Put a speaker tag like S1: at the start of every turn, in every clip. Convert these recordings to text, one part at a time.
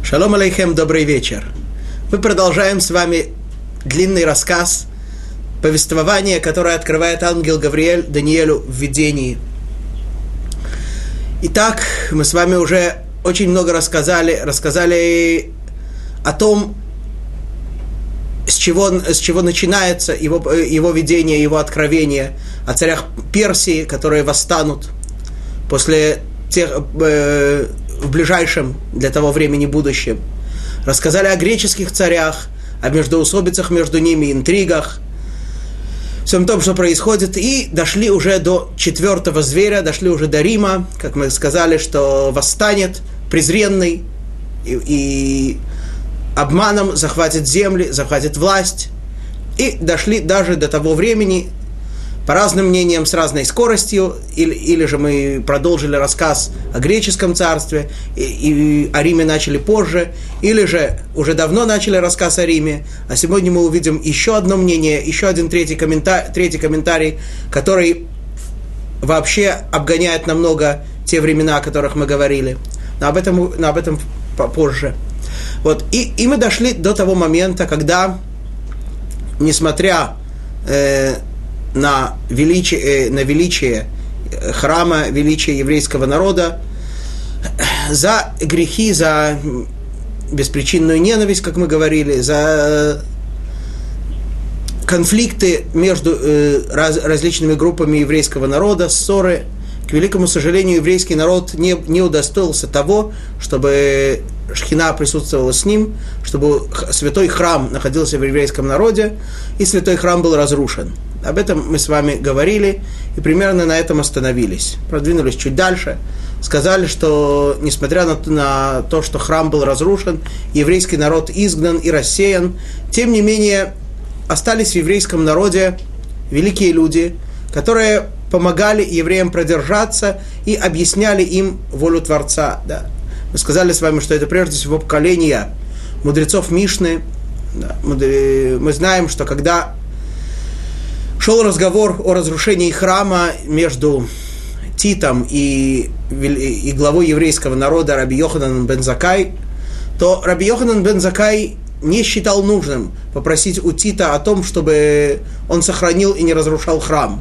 S1: Шалом алейхем, добрый вечер. Мы продолжаем с вами длинный рассказ, повествование, которое открывает ангел Гавриэль Даниэлю в видении. Итак, мы с вами уже очень много рассказали о том, с чего начинается его видение, его откровение, о царях Персии, которые восстанут после тех, в ближайшем для того времени будущем. Рассказали о греческих царях, о междоусобицах между ними, интригах, всем том, что происходит, и дошли уже до четвертого зверя, дошли уже до Рима, как мы сказали, что восстанет презренный и обманом захватит земли, захватит власть, и дошли даже до того времени, по разным мнениям, с разной скоростью, или же мы продолжили рассказ о греческом царстве, и о Риме начали позже, или же уже давно начали рассказ о Риме, а сегодня мы увидим еще одно мнение, еще один третий комментарий, который вообще обгоняет намного те времена, о которых мы говорили. Но об этом попозже. Вот. И мы дошли до того момента, когда, несмотря на величие храма, величие еврейского народа, за грехи, за беспричинную ненависть, как мы говорили, за конфликты между различными группами еврейского народа, ссоры, к великому сожалению, еврейский народ не удостоился того, чтобы Шхина присутствовала с ним, чтобы святой храм находился в еврейском народе, и святой храм был разрушен. Об этом мы с вами говорили, и примерно на этом остановились. Продвинулись чуть дальше, сказали, что несмотря на то, что храм был разрушен, еврейский народ изгнан и рассеян, тем не менее остались в еврейском народе великие люди, которые помогали евреям продержаться и объясняли им волю Творца. Да. Мы сказали с вами, что это прежде всего поколение мудрецов Мишны. Да. Мы знаем, что когда шел разговор о разрушении храма между Титом и главой еврейского народа Раби Йоханан бен Заккай, то Раби Йоханан бен Заккай не считал нужным попросить у Тита о том, чтобы он сохранил и не разрушал храм.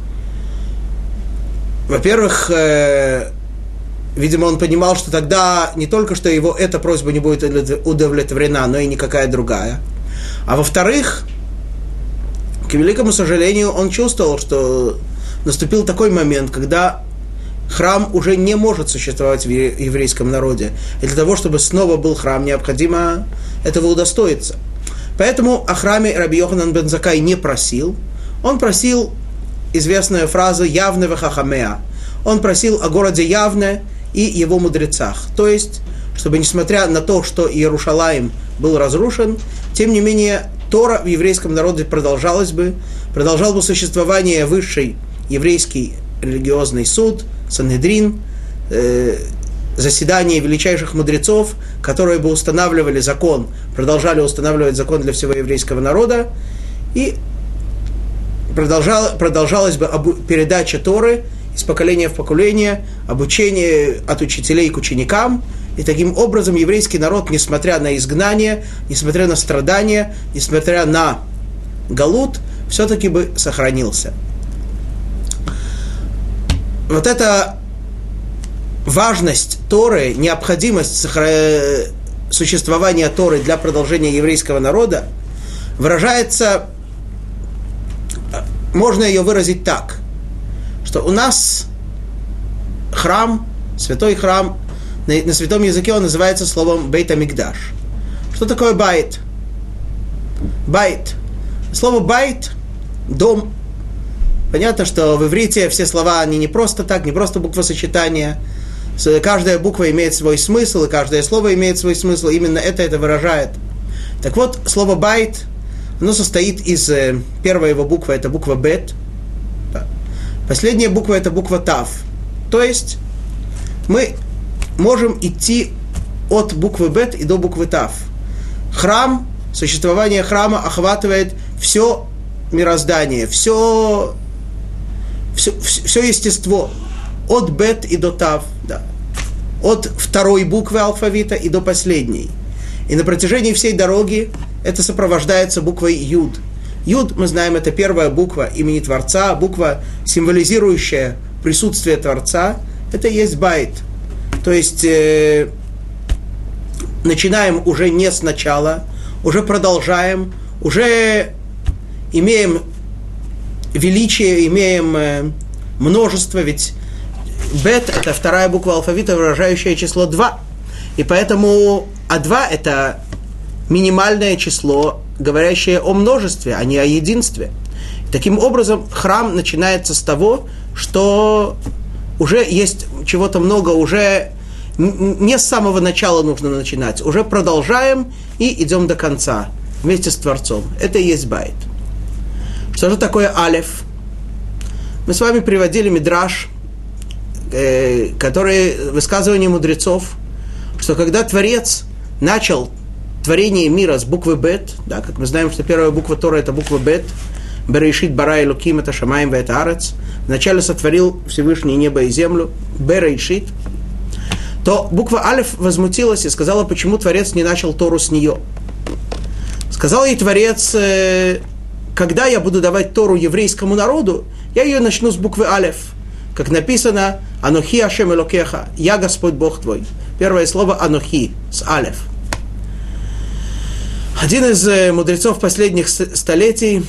S1: Во-первых, видимо, он понимал, что тогда не только что его эта просьба не будет удовлетворена, но и никакая другая. А во-вторых, к великому сожалению, он чувствовал, что наступил такой момент, когда храм уже не может существовать в еврейском народе. И для того, чтобы снова был храм, необходимо этого удостоиться. Поэтому о храме Раби Йоханан бен Заккай не просил. Он просил известную фразу «Явне вехахамеа». Он просил о городе Явне и его мудрецах. То есть, чтобы несмотря на то, что Иерушалаим был разрушен, тем не менее Тора в еврейском народе продолжало бы существование высший еврейский религиозный суд, Санедрин, заседание величайших мудрецов, которые бы устанавливали закон, продолжали устанавливать закон для всего еврейского народа, и продолжалась бы передача Торы из поколения в поколение, обучение от учителей к ученикам, и таким образом еврейский народ, несмотря на изгнание, несмотря на страдания, несмотря на галут, все-таки бы сохранился. Вот эта важность Торы, необходимость существования Торы для продолжения еврейского народа выражается, можно ее выразить так, что у нас храм, святой храм, на святом языке он называется словом Бейт Амикдаш. Что такое байт? Байт. Слово байт – дом. Понятно, что в иврите все слова, они не просто так, не просто буквосочетания. Каждая буква имеет свой смысл, и каждое слово имеет свой смысл. Именно это выражает. Так вот, слово байт, оно состоит из первой его буквы, это буква бет. Последняя буква – это буква тав. То есть мы можем идти от буквы бет и до буквы тав. Храм, существование храма охватывает все мироздание, все естество, от бет и до тав. Да. от второй буквы алфавита и до последней. И на протяжении всей дороги это сопровождается буквой Юд. Юд, мы знаем, это первая буква имени Творца, буква, символизирующая присутствие Творца. Это и есть байт. То есть начинаем уже не сначала, уже продолжаем, уже имеем величие, имеем множество, ведь бет – это вторая буква алфавита, выражающая число 2. И поэтому А2 – это минимальное число, говорящее о множестве, а не о единстве. Таким образом, храм начинается с того, что уже есть чего-то много, уже не с самого начала нужно начинать, уже продолжаем и идем до конца вместе с Творцом. Это и есть байт. Что же такое алеф? Мы с вами приводили мидраш, который высказывание мудрецов, что когда Творец начал творение мира с буквы бет, да, как мы знаем, что первая буква Тора это буква бет, Берешит бара элоким это шамаим вэт арец, вначале сотворил Всевышний небо и землю, Берешит, то буква алеф возмутилась и сказала, почему Творец не начал Тору с нее. Сказал ей Творец, когда я буду давать Тору еврейскому народу, я ее начну с буквы алеф. Как написано, «Анохи Ашем Элокеха», «Я Господь Бог твой». Первое слово «Анохи» с алеф. Один из мудрецов последних столетий,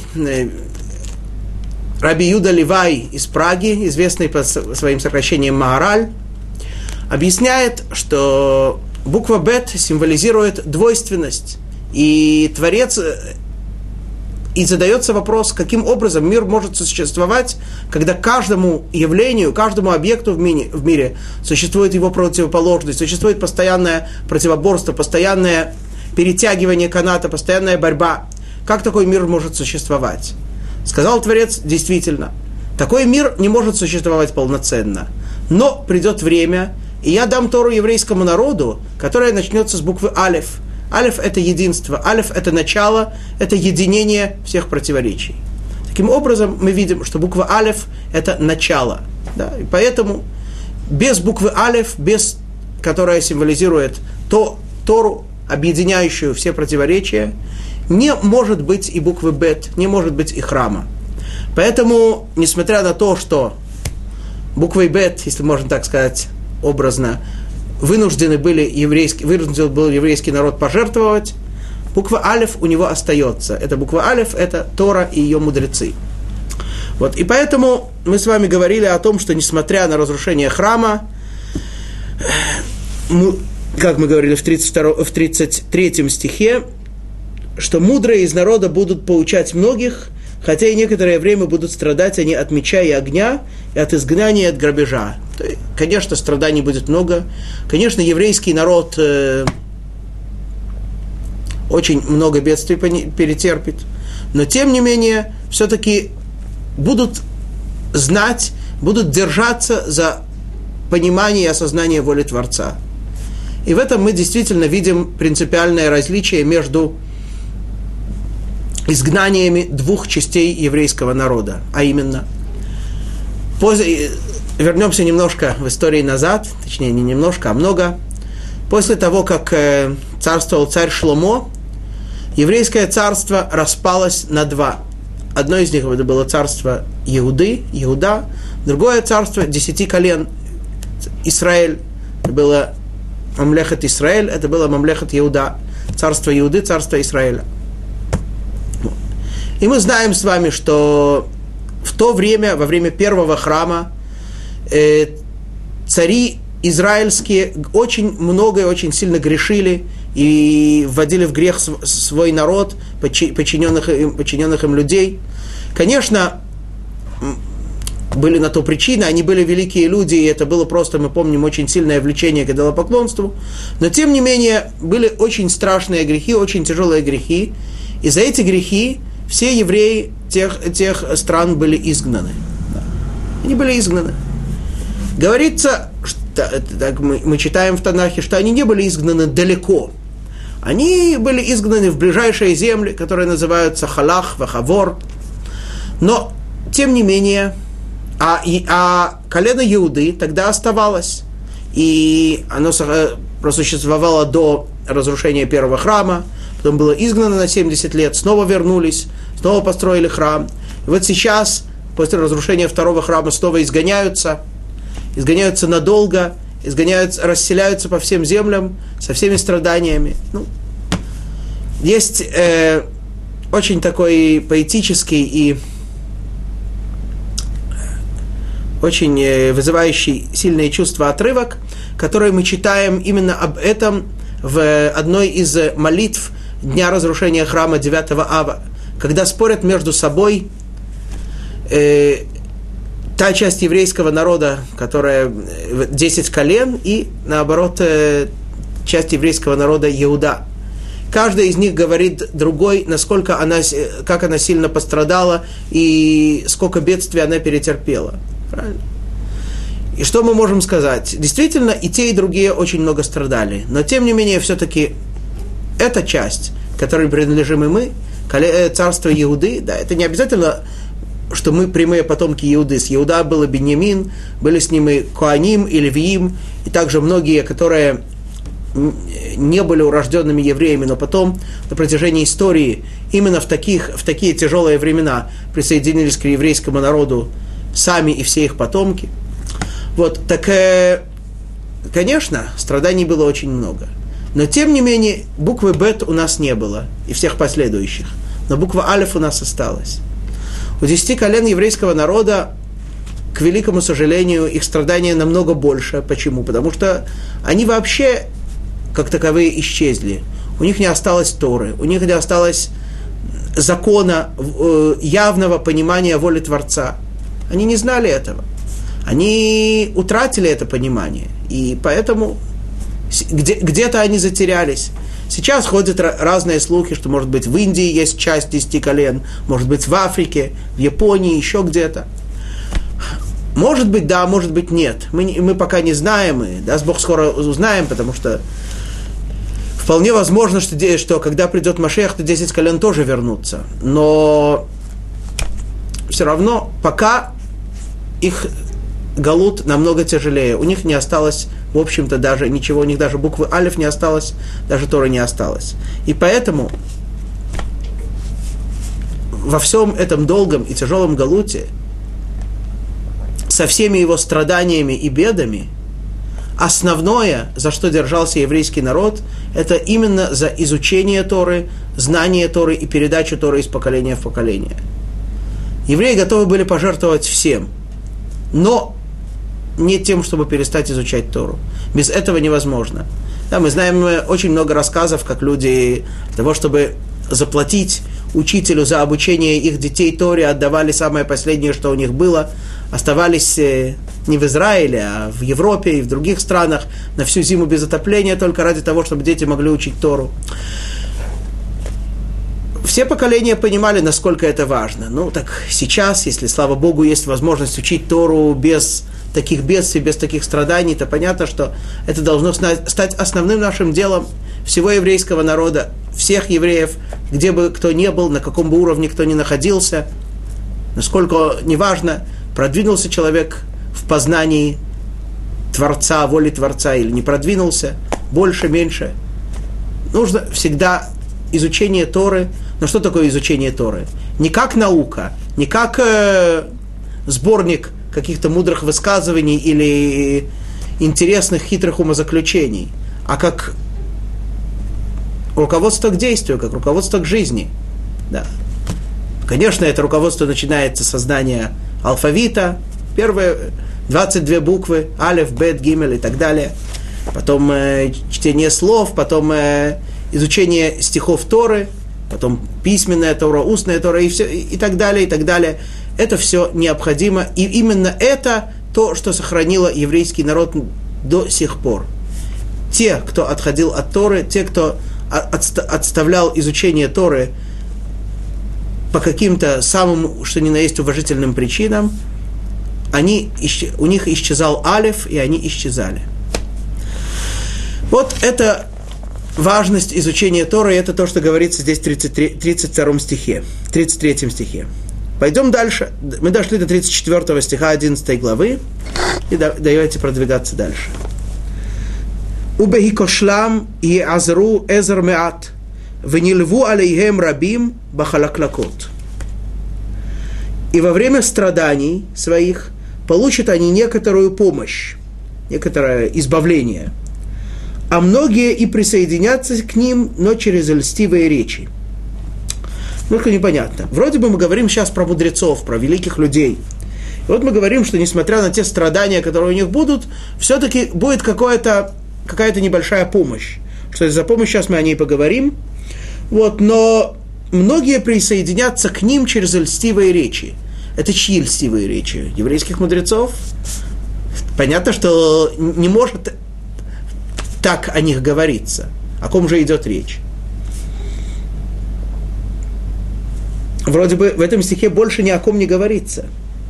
S1: Раби Юда Левай из Праги, известный под своим сокращением Маараль, объясняет, что буква бет символизирует двойственность. И Творец... И задается вопрос, каким образом мир может существовать, когда каждому явлению, каждому объекту в мире существует его противоположность, существует постоянное противоборство, постоянное перетягивание каната, постоянная борьба. Как такой мир может существовать? Сказал Творец, действительно, такой мир не может существовать полноценно. Но придет время, и я дам Тору еврейскому народу, которая начнется с буквы алеф. Алеф – это единство, алеф – это начало, это единение всех противоречий. Таким образом, мы видим, что буква алеф – это начало. Да? И поэтому без буквы алеф, без, которая символизирует Тору, объединяющую все противоречия, не может быть и буквы бет, не может быть и храма. Поэтому, несмотря на то, что буквой бет, если можно так сказать образно, вынужден был еврейский народ пожертвовать, буква алеф у него остается. Эта буква алеф – это Тора и ее мудрецы. Вот. И поэтому мы с вами говорили о том, что несмотря на разрушение храма, как мы говорили в 33 стихе, что мудрые из народа будут поучать многих, хотя и некоторое время будут страдать они от меча и огня, и от изгнания, и от грабежа. Конечно, страданий будет много. Конечно, еврейский народ очень много бедствий перетерпит. Но, тем не менее, все-таки будут знать, будут держаться за понимание и осознание воли Творца. И в этом мы действительно видим принципиальное различие между изгнаниями двух частей еврейского народа. А именно, вернемся немножко в истории назад, точнее не немножко, а много. После того, как царствовал царь Шломо, еврейское царство распалось на два. Одно из них это было царство Иуда, другое царство 10 колен Израиль. Это было Мамлехет Исраэль, это было Мамлехет Иуда, царство Иуды, царство Израиля. И мы знаем с вами, что в то время, во время первого храма, цари израильские очень много и очень сильно грешили и вводили в грех свой народ, подчиненных им людей. Конечно, были на то причины, они были великие люди, и это было просто, мы помним, очень сильное влечение к идолопоклонству, но тем не менее были очень страшные грехи, очень тяжелые грехи, и за эти грехи все евреи тех стран были изгнаны. Они были изгнаны. Говорится, так мы читаем в Танахе, что они не были изгнаны далеко. Они были изгнаны в ближайшие земли, которые называются Халах, Вахавор. Но, тем не менее, а колено Иуды тогда оставалось. и оно просуществовало до разрушения первого храма, потом было изгнано на 70 лет, снова вернулись, снова построили храм. И вот сейчас, после разрушения второго храма, снова изгоняются надолго, расселяются по всем землям со всеми страданиями. Есть очень такой поэтический и очень вызывающий сильные чувства отрывок, который мы читаем именно об этом в одной из молитв Дня разрушения храма 9 ава, когда спорят между собой та часть еврейского народа, которая 10 колен, и, наоборот, часть еврейского народа Иуда. Каждый из них говорит другой, как она сильно пострадала и сколько бедствий она перетерпела. Правильно? И что мы можем сказать? Действительно, и те, и другие очень много страдали. Но, тем не менее, все-таки эта часть, которой принадлежим и мы, царство Иуды, да, это не обязательно, что мы прямые потомки Иуды. С Иуда был и Беньямин, были с ним и Коаним, и Левиим, и также многие, которые не были урожденными евреями, но потом на протяжении истории именно в такие тяжелые времена присоединились к еврейскому народу сами и все их потомки. Вот, так, конечно, страданий было очень много. Но, тем не менее, буквы Бет у нас не было, и всех последующих. Но буква Алеф у нас осталась. У 10 колен еврейского народа, к великому сожалению, их страдания намного больше. Почему? Потому что они вообще, как таковые, исчезли. У них не осталось Торы, у них не осталось закона, явного понимания воли Творца. Они не знали этого. Они утратили это понимание. И поэтому где-то они затерялись. Сейчас ходят разные слухи, что, может быть, в Индии есть часть 10 колен, может быть, в Африке, в Японии, еще где-то. Может быть, да, может быть, нет. Мы пока не знаем, и, даст Бог, скоро узнаем, потому что вполне возможно, что когда придет Машиах, то 10 колен тоже вернутся. Но все равно пока их галут намного тяжелее. У них не осталось, в общем-то, даже ничего, у них даже буквы Алеф не осталось, даже Торы не осталось. И поэтому во всем этом долгом и тяжелом галуте, со всеми его страданиями и бедами, основное, за что держался еврейский народ, это именно за изучение Торы, знание Торы и передачу Торы из поколения в поколение. Евреи готовы были пожертвовать всем, но не тем, чтобы перестать изучать Тору. Без этого невозможно. Да, мы знаем очень много рассказов, как люди для того, чтобы заплатить учителю за обучение их детей Торе, отдавали самое последнее, что у них было, оставались не в Израиле, а в Европе и в других странах на всю зиму без отопления, только ради того, чтобы дети могли учить Тору. Все поколения понимали, насколько это важно. Так сейчас, если, слава Богу, есть возможность учить Тору без таких бедствий, без таких страданий, то понятно, что это должно стать основным нашим делом всего еврейского народа, всех евреев, где бы кто ни был, на каком бы уровне кто ни находился, насколько, неважно, продвинулся человек в познании Творца, воли Творца, или не продвинулся, больше, меньше. Нужно всегда изучение Торы. Но что такое изучение Торы? Не как наука, не как сборник каких-то мудрых высказываний или интересных, хитрых умозаключений, а как руководство к действию, как руководство к жизни. Да. Конечно, это руководство начинается со знания алфавита, первые 22 буквы, алеф, бет, гимель и так далее. Потом чтение слов, потом изучение стихов Торы, потом письменная Тора, устная Тора и так далее, и так далее. Это все необходимо. И именно это то, что сохранило еврейский народ до сих пор. Те, кто отходил от Торы, те, кто отставлял изучение Торы по каким-то самым, что ни на есть, уважительным причинам, у них исчезал алеф, и они исчезали. Вот это важность изучения Торы, это то, что говорится здесь в 32 стихе, 33 стихе. Пойдем дальше. Мы дошли до 34 стиха 11 главы, и давайте продвигаться дальше. Убехикошлам и азру эзер меат, венилву алейхем рабим бахалаклакот. И во время страданий своих получат они некоторую помощь, некоторое избавление, а многие и присоединятся к ним, но через льстивые речи. Только непонятно. Вроде бы мы говорим сейчас про мудрецов, про великих людей. И вот мы говорим, что несмотря на те страдания, которые у них будут, все-таки будет какая-то небольшая помощь. Что это за помощь, сейчас мы о ней поговорим. Вот, но многие присоединятся к ним через льстивые речи. Это чьи льстивые речи? Еврейских мудрецов? Понятно, что не может так о них говориться. О ком же идет речь? Вроде бы в этом стихе больше ни о ком не говорится.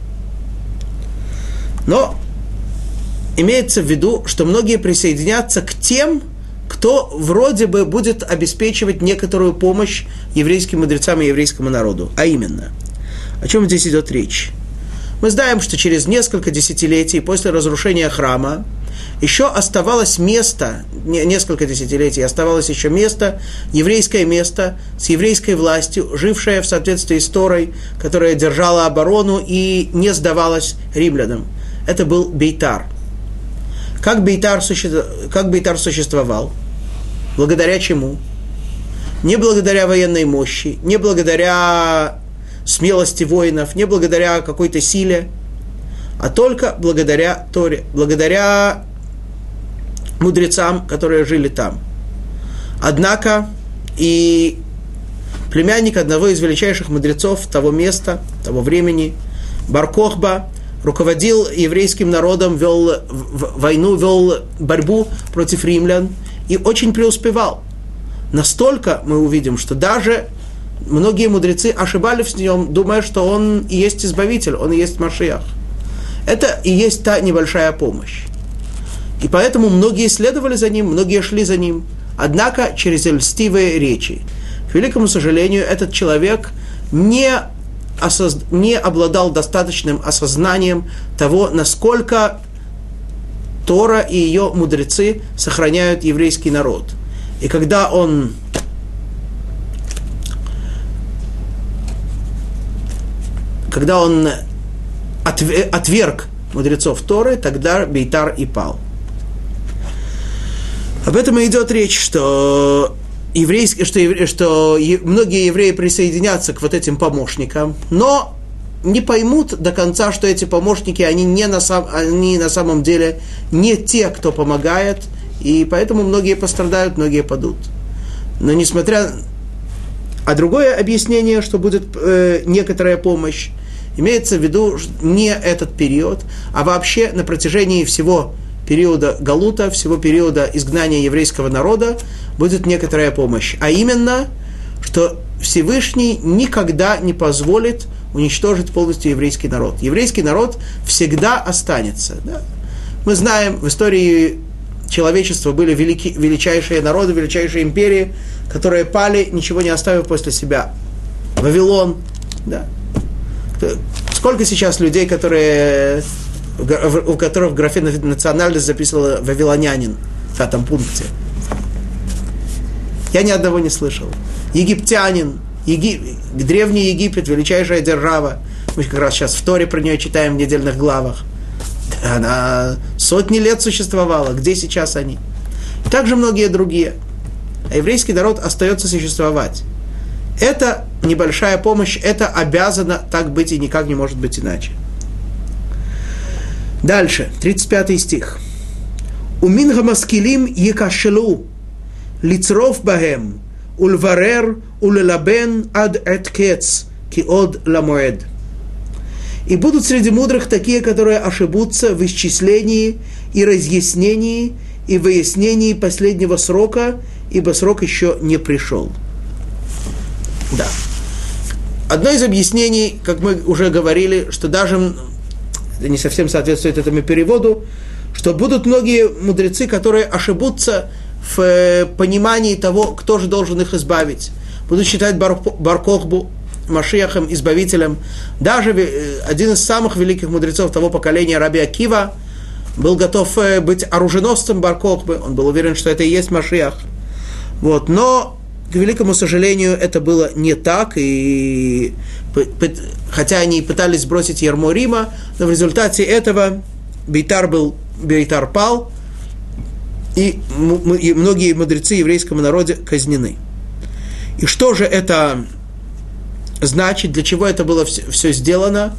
S1: Но имеется в виду, что многие присоединятся к тем, кто вроде бы будет обеспечивать некоторую помощь еврейским мудрецам и еврейскому народу. А именно, о чем здесь идет речь? Мы знаем, что через несколько десятилетий после разрушения храма еще оставалось место, несколько десятилетий оставалось еще место, еврейское место с еврейской властью, жившее в соответствии с Торой, которая держала оборону и не сдавалась римлянам. Это был Бейтар. Как Бейтар существовал? Благодаря чему? Не благодаря военной мощи, не благодаря смелости воинов, не благодаря какой-то силе, а только благодаря Торе, благодаря мудрецам, которые жили там. Однако и племянник одного из величайших мудрецов того места, того времени, Бар-Кохба, руководил еврейским народом, вел войну, вел борьбу против римлян и очень преуспевал. Настолько мы увидим, что даже многие мудрецы ошибались в нем, думая, что он и есть Избавитель, он и есть Машиах. Это и есть та небольшая помощь. И поэтому многие следовали за ним, многие шли за ним. Однако через льстивые речи. К великому сожалению, этот человек не обладал достаточным осознанием того, насколько Тора и ее мудрецы сохраняют еврейский народ. И когда он отверг мудрецов Торы, тогда Бейтар и пал. Об этом и идет речь, что многие евреи присоединятся к вот этим помощникам, но не поймут до конца, что эти помощники, они на самом деле не те, кто помогает, и поэтому многие пострадают, многие падут. Но несмотря... А другое объяснение, что будет некоторая помощь, имеется в виду не этот период, а вообще на протяжении всего периода Галута, всего периода изгнания еврейского народа будет некоторая помощь. А именно, что Всевышний никогда не позволит уничтожить полностью еврейский народ. Еврейский народ всегда останется. Да? Мы знаем, в истории человечества были величайшие народы, величайшие империи, которые пали, ничего не оставив после себя. Вавилон. Да? Сколько сейчас людей, у которых в графе национальность записано «вавилонянин» в 5 пункте? Я ни одного не слышал. Египтянин, Древний Египет, величайшая держава. Мы как раз сейчас в Торе про нее читаем в недельных главах. Она сотни лет существовала. Где сейчас они? И также многие другие. А еврейский народ остается существовать. Это небольшая помощь, это обязано так быть и никак не может быть иначе. Дальше, 35 стих. «Умин хамаскилим екашелу, лицров бахем, ульварер улелабен ад эт кец, ки од ламоэд». И будут среди мудрых такие, которые ошибутся в исчислении и разъяснении и выяснении последнего срока, ибо срок еще не пришел. Да. Одно из объяснений, как мы уже говорили, что даже это не совсем соответствует этому переводу, что будут многие мудрецы, которые ошибутся в понимании того, кто же должен их избавить. Будут считать Бар-Кохбу Машиахом, избавителем. Даже один из самых великих мудрецов того поколения, Раби Акива, был готов быть оруженосцем Бар-Кохбы, он был уверен, что это и есть Машиах. Вот. Но, к великому сожалению, это было не так, и хотя они пытались сбросить ярмо Рима, но в результате этого Бейтар пал, и многие мудрецы еврейского народа казнены. И что же это значит, для чего это было все сделано?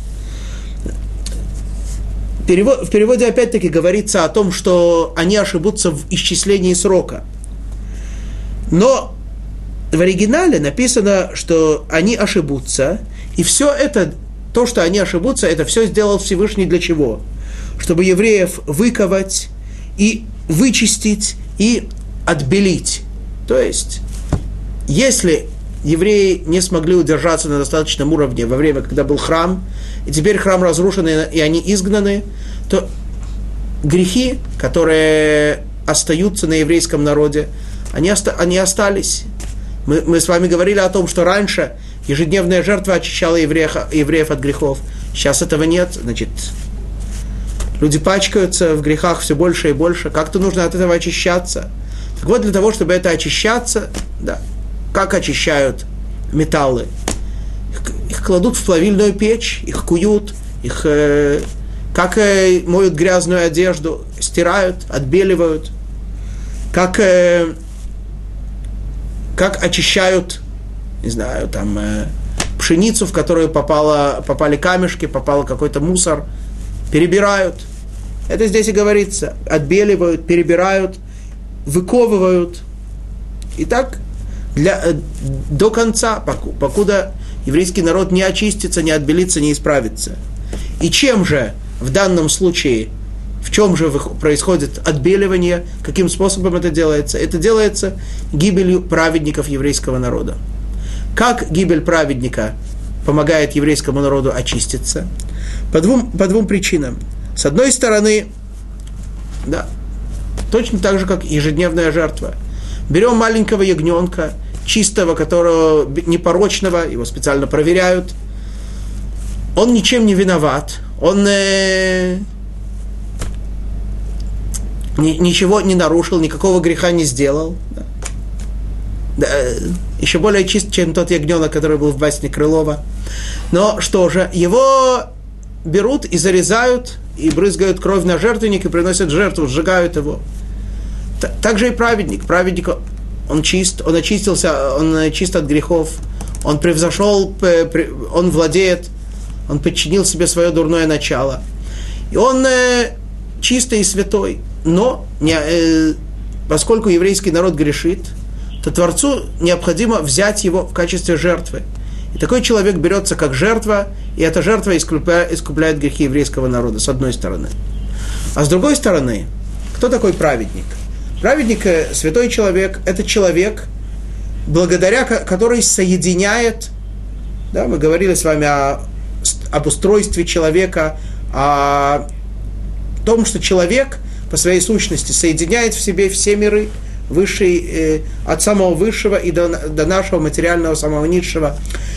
S1: В переводе опять-таки говорится о том, что они ошибутся в исчислении срока. Но в оригинале написано, что они ошибутся, и все это, то, что они ошибутся, это все сделал Всевышний для чего? Чтобы евреев выковать и вычистить и отбелить. То есть, если евреи не смогли удержаться на достаточном уровне во время, когда был храм, и теперь храм разрушен, и они изгнаны, то грехи, которые остаются на еврейском народе, они остались. Мы с вами говорили о том, что раньше ежедневная жертва очищала евреев от грехов. Сейчас этого нет. Значит, люди пачкаются в грехах все больше и больше. Как-то нужно от этого очищаться. Так вот, для того, чтобы это очищаться, да, как очищают металлы? Их кладут в плавильную печь, их куют, их как моют грязную одежду, стирают, отбеливают, как очищают, не знаю, там, пшеницу, в которую попали камешки, попал какой-то мусор, перебирают. Это здесь и говорится. Отбеливают, перебирают, выковывают. И так до конца, покуда еврейский народ не очистится, не отбелится, не исправится. И чем же в данном случае, в чем же происходит отбеливание, каким способом это делается? Это делается гибелью праведников еврейского народа. Как гибель праведника помогает еврейскому народу очиститься? По двум причинам. С одной стороны, да, точно так же, как ежедневная жертва. Берем маленького ягненка, чистого, которого непорочного, его специально проверяют. Он ничем не виноват, он ничего не нарушил, никакого греха не сделал. Да, еще более чист, чем тот ягненок, который был в басне Крылова. Но что же, его берут и зарезают, и брызгают кровь на жертвенник, и приносят жертву, сжигают его. Так же и праведник. Праведник, он чист, он очистился, он чист от грехов, он превзошел, он владеет, он подчинил себе свое дурное начало. И он чистый и святой. Но поскольку еврейский народ грешит, то Творцу необходимо взять его в качестве жертвы. И такой человек берется как жертва, и эта жертва искупляет грехи еврейского народа, с одной стороны. А с другой стороны, кто такой праведник? Праведник, святой человек, это человек, благодаря который соединяет, да, мы говорили с вами об устройстве человека, о том, что человек по своей сущности соединяет в себе все миры, высший, от самого высшего и до нашего материального, самого низшего.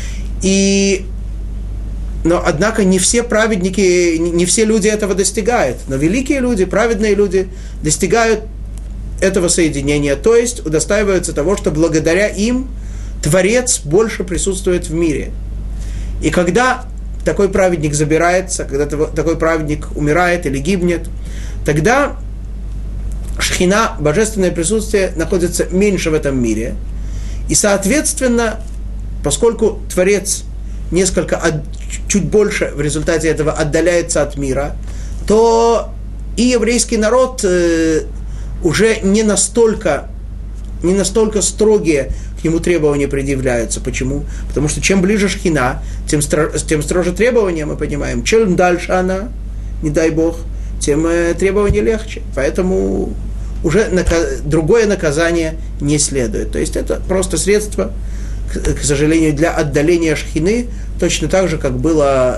S1: Но, однако, не все праведники, не все люди этого достигают. Но великие люди, праведные люди достигают этого соединения, то есть удостаиваются того, что благодаря им Творец больше присутствует в мире. И когда такой праведник забирается, когда такой праведник умирает или гибнет, тогда Шхина, божественное присутствие, находится меньше в этом мире. И, соответственно, поскольку Творец чуть больше в результате этого отдаляется от мира, то и еврейский народ уже не настолько строгие к нему требования предъявляются. Почему? Потому что чем ближе Шхина, тем строже требования, мы понимаем. Чем дальше она, не дай Бог, тем требования легче. Поэтому уже другое наказание не следует. То есть это просто средство, к сожалению, для отдаления Шхины, точно так же, как было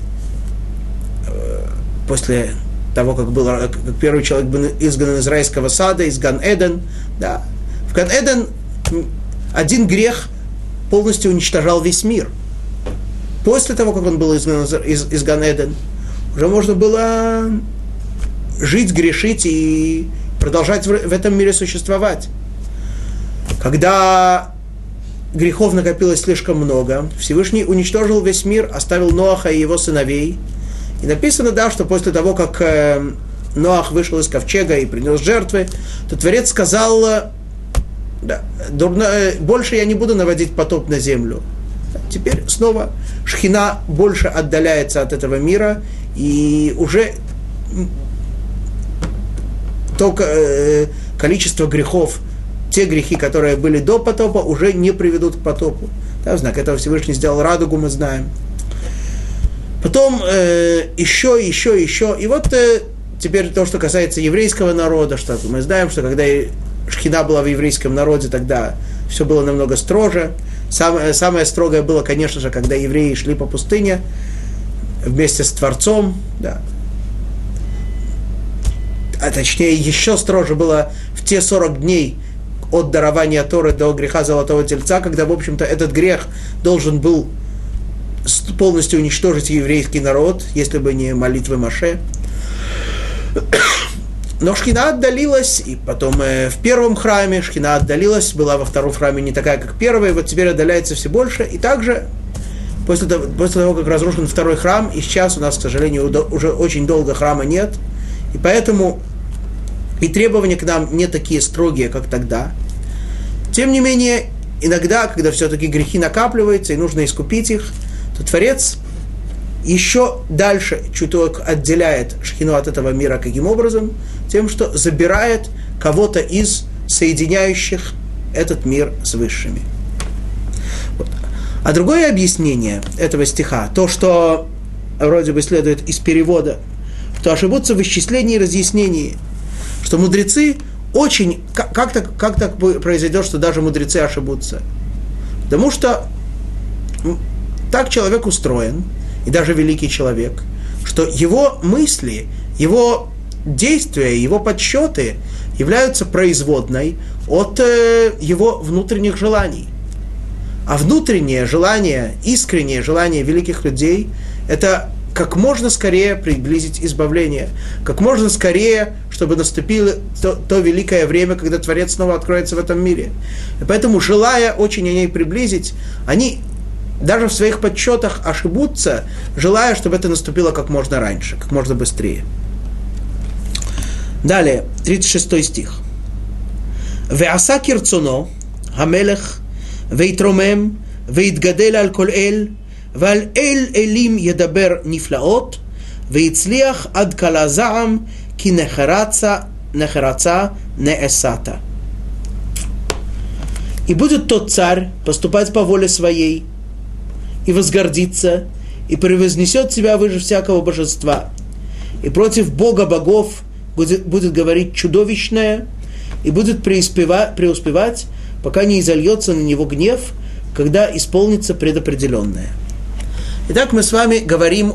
S1: после того, как первый человек был изгнан из райского сада, из Ган-Эден. Да. В Ган-Эден один грех полностью уничтожал весь мир. После того, как он был изгнан из Ган-Эден, уже можно было жить, грешить и продолжать в этом мире существовать. Когда грехов накопилось слишком много, Всевышний уничтожил весь мир, оставил Ноаха и его сыновей. И написано, да, что после того, как Ноах вышел из ковчега и принес жертвы, то Творец сказал: да, больше я не буду наводить потоп на землю. Теперь снова Шхина больше отдаляется от этого мира, и уже то количество грехов, те грехи, которые были до потопа, уже не приведут к потопу. Да, в знак этого Всевышний сделал радугу, мы знаем. Потом еще. И вот теперь то, что касается еврейского народа, что мы знаем, что когда Шхина была в еврейском народе, тогда все было намного строже. Самое строгое было, конечно же, когда евреи шли по пустыне вместе с Творцом. Да. А точнее, еще строже было в те 40 дней от дарования Торы до греха Золотого Тельца, когда, в общем-то, этот грех должен был полностью уничтожить еврейский народ, если бы не молитвы Моше. Но Шхина отдалилась, и потом в первом храме Шхина отдалилась, была во втором храме не такая, как первая, вот теперь отдаляется все больше. И также, после того, как разрушен второй храм, и сейчас у нас, к сожалению, уже очень долго храма нет, и поэтому и требования к нам не такие строгие, как тогда. Тем не менее, иногда, когда все-таки грехи накапливаются и нужно искупить их, то Творец еще дальше чуток отделяет Шхину от этого мира. Каким образом? Тем, что забирает кого-то из соединяющих этот мир с высшими. Вот. А другое объяснение этого стиха, то, что вроде бы следует из перевода, что ошибутся в исчислении и разъяснении, что мудрецы очень... Как так произойдет, что даже мудрецы ошибутся? Потому что так человек устроен, и даже великий человек, что его мысли, его действия, его подсчеты являются производной от его внутренних желаний. А внутреннее желание, искреннее желание великих людей – это как можно скорее приблизить избавление, как можно скорее, чтобы наступило то великое время, когда Творец снова откроется в этом мире. И поэтому, желая очень о ней приблизить, они даже в своих подсчетах ошибутся, желая, чтобы это наступило как можно раньше, как можно быстрее. Далее, 36 стих. «Веаса кирцоно, хамелех, вейтромем, вейтгадел аль коль эль, ועל אלים ידבר נפלאות, ויצליח עד כלה זעם, כי נחרצה נעשתה. И будет тот царь поступать по воле своей, и возгордится, и превознесет себя выше всякого божества, и против Бога богов будет говорить чудовищное, и будет преуспевать, пока не изольется на него гнев, когда исполнится предопределенное». Итак, мы с вами говорим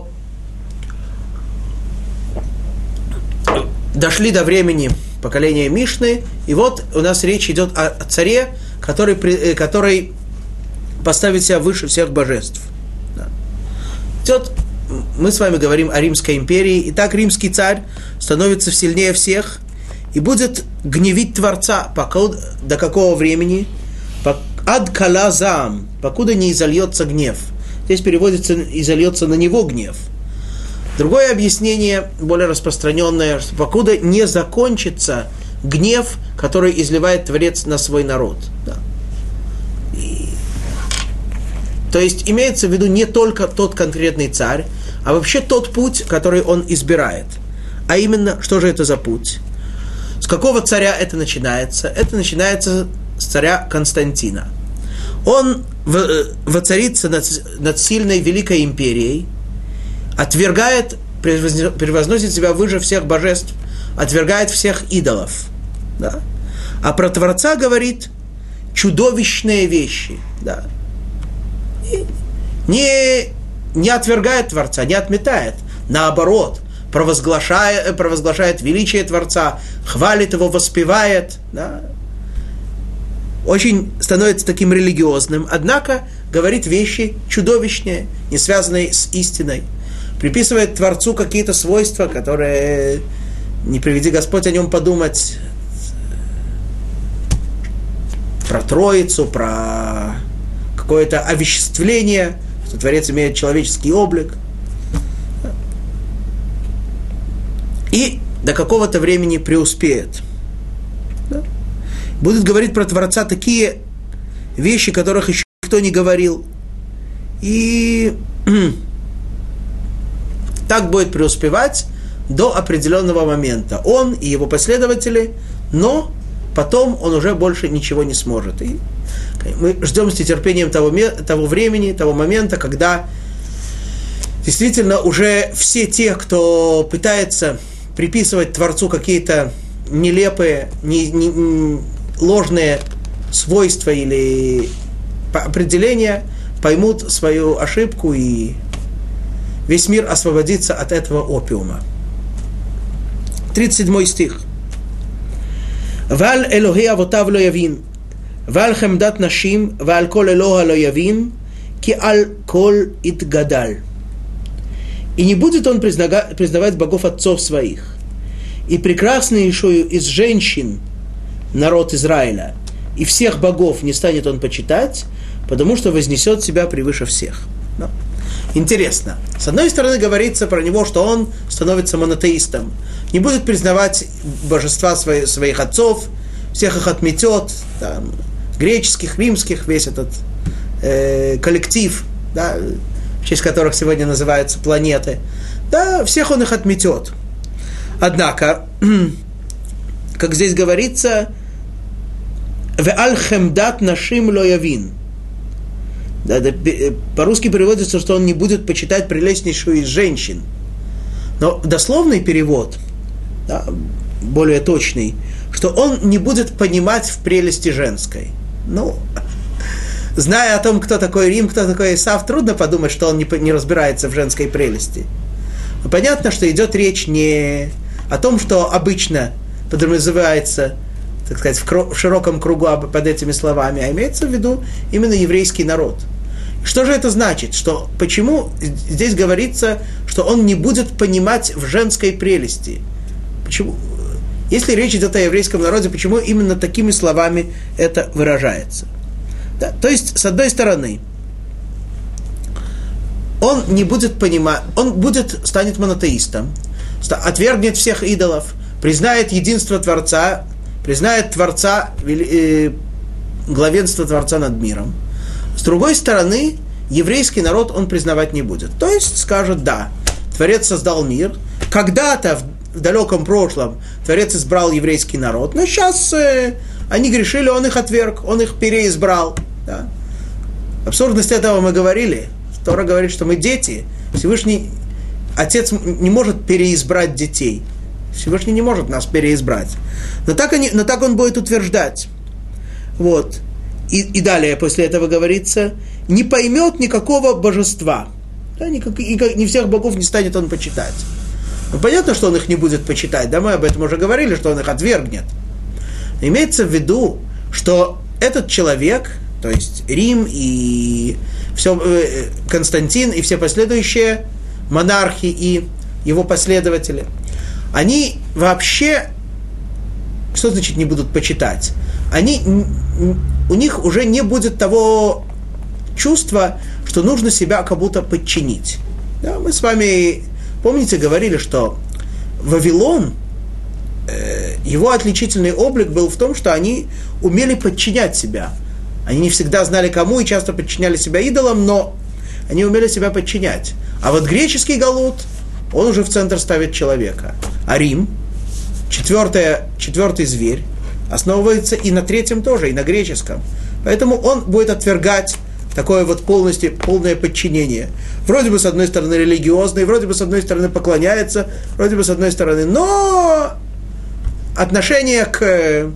S1: дошли до времени поколения Мишны, и вот у нас речь идет о царе, который поставит себя выше всех божеств. Идет, мы с вами говорим о Римской империи, и так римский царь становится сильнее всех и будет гневить Творца, до какого времени? Ад кала заам, покуда не изольется гнев. Здесь переводится «изольется на него гнев». Другое объяснение, более распространенное, что покуда не закончится гнев, который изливает Творец на свой народ. Да. То есть имеется в виду не только тот конкретный царь, а вообще тот путь, который он избирает. А именно, что же это за путь? С какого царя это начинается? Это начинается с царя Константина. Он воцарится над сильной великой империей, отвергает, превозносит себя выше всех божеств, отвергает всех идолов. Да? А про Творца говорит чудовищные вещи. Да? И не отвергает Творца, не отметает, наоборот, провозглашает величие Творца, хвалит его, воспевает, да? Очень становится таким религиозным, однако говорит вещи чудовищные, не связанные с истиной, приписывает Творцу какие-то свойства, которые не приведи Господь о нем подумать, про Троицу, про какое-то овеществление, что Творец имеет человеческий облик. И до какого-то времени преуспеет. Да? Будет говорить про Творца такие вещи, которых еще никто не говорил. И так будет преуспевать до определенного момента. Он и его последователи, но потом он уже больше ничего не сможет. И мы ждем с нетерпением того времени, того момента, когда действительно уже все те, кто пытается приписывать Творцу какие-то нелепые, ложные свойства или определения, поймут свою ошибку, и весь мир освободится от этого опиума. 37 стих. «Валь Элохи авотав ло явин, валь хемдат нашим, валь кол Элоха ло явин, ки аль кол итгадаль». И не будет он признавать богов отцов своих, и прекраснейшую из женщин народ Израиля, и всех богов не станет он почитать, потому что вознесет себя превыше всех. Но. Интересно. С одной стороны, говорится про него, что он становится монотеистом, не будет признавать божества своих отцов, всех их отметет, там, греческих, римских, весь этот коллектив, да, в честь которых сегодня называются планеты, да, всех он их отметет. Однако, как здесь говорится, «Ве'аль хемдат нашим ло явин». Да, по-русски переводится, что он не будет почитать прелестнейшую из женщин. Но дословный перевод, да, более точный, что он не будет понимать в прелести женской. Ну, зная о том, кто такой Рим, кто такой Исав, трудно подумать, что он не разбирается в женской прелести. Но понятно, что идет речь не о том, что обычно подразумевается, так сказать, в широком кругу под этими словами, а имеется в виду именно еврейский народ. Что же это значит? Почему здесь говорится, что он не будет понимать в женской прелести? Почему? Если речь идет о еврейском народе, почему именно такими словами это выражается? Да, то есть, с одной стороны, он не будет понимать, станет монотеистом, отвергнет всех идолов, признает единство Творца, признает Творца, главенство Творца над миром. С другой стороны, еврейский народ он признавать не будет. То есть скажет, да, Творец создал мир, когда-то в далеком прошлом Творец избрал еврейский народ, но сейчас они грешили, он их отверг, он их переизбрал. Да? Абсурдность этого мы говорили. Тора говорит, что мы дети. Всевышний Отец не может переизбрать детей. Всевышний не может нас переизбрать. Но так он будет утверждать. Вот. И далее после этого говорится, не поймет никакого божества. Да, не всех богов не станет он почитать. Ну, понятно, что он их не будет почитать. Да, мы об этом уже говорили, что он их отвергнет. Но имеется в виду, что этот человек, то есть Рим и Константин и все последующие монархи и его последователи, они вообще, что значит не будут почитать? У них уже не будет того чувства, что нужно себя как будто подчинить. Да, мы с вами, помните, говорили, что Вавилон, его отличительный облик был в том, что они умели подчинять себя. Они не всегда знали кому и часто подчиняли себя идолам, но они умели себя подчинять. А вот греческий галут, он уже в центр ставит человека. А Рим, четвертый зверь, основывается и на третьем тоже, и на греческом. Поэтому он будет отвергать такое вот полное подчинение. Вроде бы с одной стороны религиозный, вроде бы с одной стороны поклоняется, вроде бы с одной стороны, но отношение к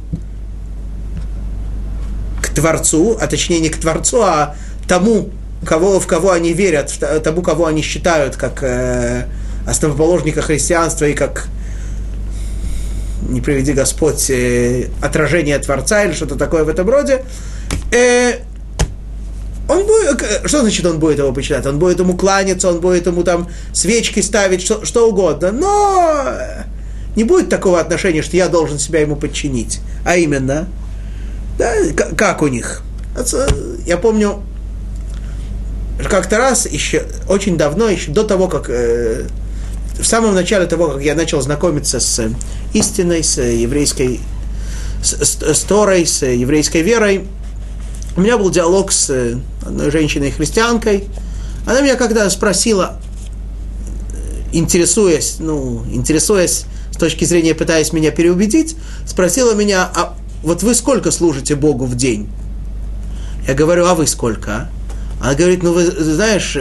S1: Творцу, а точнее не к Творцу, а тому, в кого они верят, тому, кого они считают как основоположника христианства и как, не приведи Господь, отражение Творца или что-то такое в этом роде, он будет, что значит он будет его почитать? Он будет ему кланяться, он будет ему там свечки ставить, что угодно, но не будет такого отношения, что я должен себя ему подчинить. А именно, да, как у них. Я помню, как-то раз, еще очень давно, еще до того, как в самом начале того, как я начал знакомиться с истиной, с еврейской, с Торой, с еврейской верой, у меня был диалог с одной женщиной-христианкой. Она меня когда спросила, интересуясь с точки зрения, пытаясь меня переубедить, спросила меня, а вот вы сколько служите Богу в день? Я говорю, а вы сколько? Она говорит, вы знаешь,